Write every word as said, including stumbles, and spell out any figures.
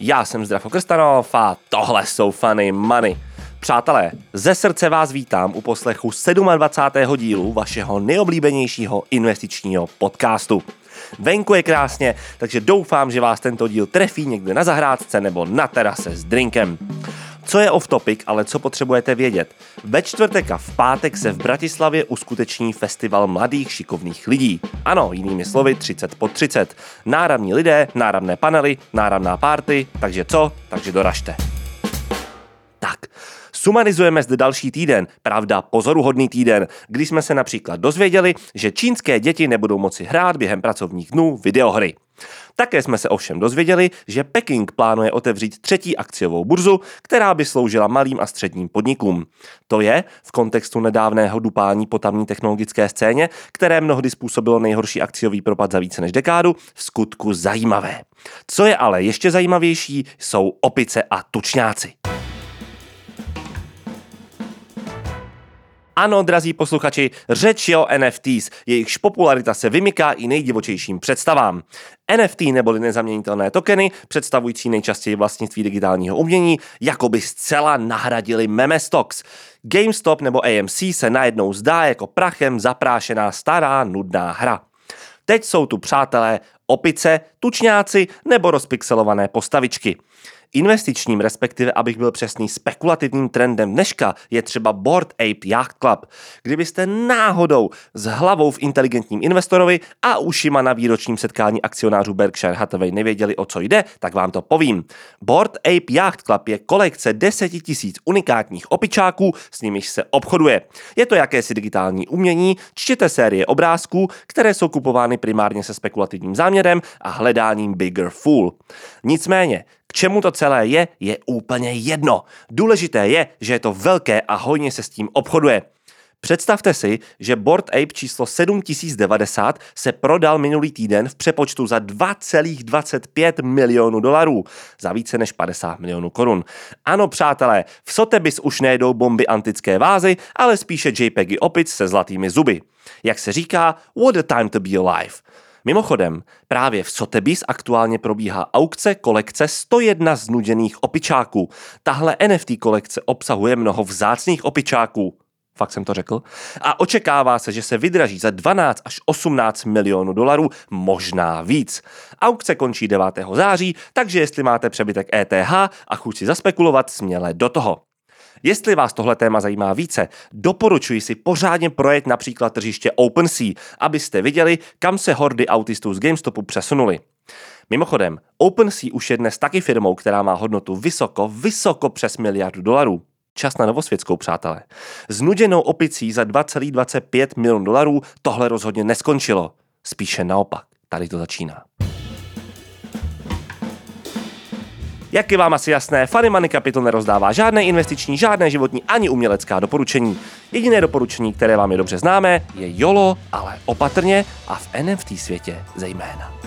Já jsem Zdravko Krstanov a tohle jsou Funny Money. Přátelé, ze srdce vás vítám u poslechu dvacátého sedmého dílu vašeho nejoblíbenějšího investičního podcastu. Venku je krásně, takže doufám, že vás tento díl trefí někde na zahrádce nebo na terase s drinkem. Co je off topic, ale co potřebujete vědět? Ve čtvrtek a v pátek se v Bratislavě uskuteční festival mladých šikovných lidí. Ano, jinými slovy třicet pod třicet. Náramní lidé, náramné panely, náramná party, takže co? Takže doražte. Tak, sumarizujeme zde další týden, pravda pozoruhodný týden, kdy jsme se například dozvěděli, že čínské děti nebudou moci hrát během pracovních dnů videohry. Také jsme se ovšem dozvěděli, že Peking plánuje otevřít třetí akciovou burzu, která by sloužila malým a středním podnikům. To je, v kontextu nedávného dupání po tamní technologické scéně, které mnohdy způsobilo nejhorší akciový propad za více než dekádu, v skutku zajímavé. Co je ale ještě zajímavější, jsou opice a tučňáci. Ano, drazí posluchači, řeč je o N F Ts, jejichž popularita se vymyká i nejdivočejším představám. N F T neboli nezaměnitelné tokeny, představující nejčastěji vlastnictví digitálního umění, jakoby zcela nahradili meme stocks. GameStop nebo A M C se najednou zdá jako prachem zaprášená stará nudná hra. Teď jsou tu, přátelé, opice, tučňáci nebo rozpixelované postavičky. Investičním, respektive, abych byl přesný, spekulativním trendem dneška je třeba Bored Ape Yacht Club. Kdybyste náhodou s hlavou v inteligentním investorovi a ušima na výročním setkání akcionářů Berkshire Hathaway nevěděli, o co jde, tak vám to povím. Bored Ape Yacht Club je kolekce deset tisíc unikátních opičáků, s nimiž se obchoduje. Je to jakési digitální umění, čtěte série obrázků, které jsou kupovány primárně se spekulativním záměrem a hledáním bigger fool. Nicméně, k čemu to celé je, je úplně jedno. Důležité je, že je to velké a hojně se s tím obchoduje. Představte si, že Bored Ape číslo sedm tisíc devadesát se prodal minulý týden v přepočtu za dva celá dvacet pět milionů dolarů, za více než padesát milionů korun. Ano, přátelé, v Sotheby's už nejedou bomby antické vázy, ale spíše JPEGy opic se zlatými zuby. Jak se říká, what a time to be alive. Mimochodem, právě v Sotheby's aktuálně probíhá aukce kolekce sto jedna znuděných opičáků. Tahle N F T kolekce obsahuje mnoho vzácných opičáků. Fakt jsem to řekl. A očekává se, že se vydraží za dvanáct až osmnáct milionů dolarů, možná víc. Aukce končí devátého září, takže jestli máte přebytek E T H a chuť si zaspekulovat, směle do toho. Jestli vás tohle téma zajímá více, doporučuji si pořádně projet například tržiště OpenSea, abyste viděli, kam se hordy autistů z GameStopu přesunuli. Mimochodem, OpenSea už je dnes taky firmou, která má hodnotu vysoko, vysoko přes miliardu dolarů. Čas na novosvětskou, přátelé. S nuděnou opicí za dva celá dvacet pět milionů dolarů tohle rozhodně neskončilo. Spíše naopak, tady to začíná. Jak je vám asi jasné, Funny Money Capital nerozdává žádné investiční, žádné životní ani umělecká doporučení. Jediné doporučení, které vám je dobře známé, je YOLO, ale opatrně a v N F T světě zejména.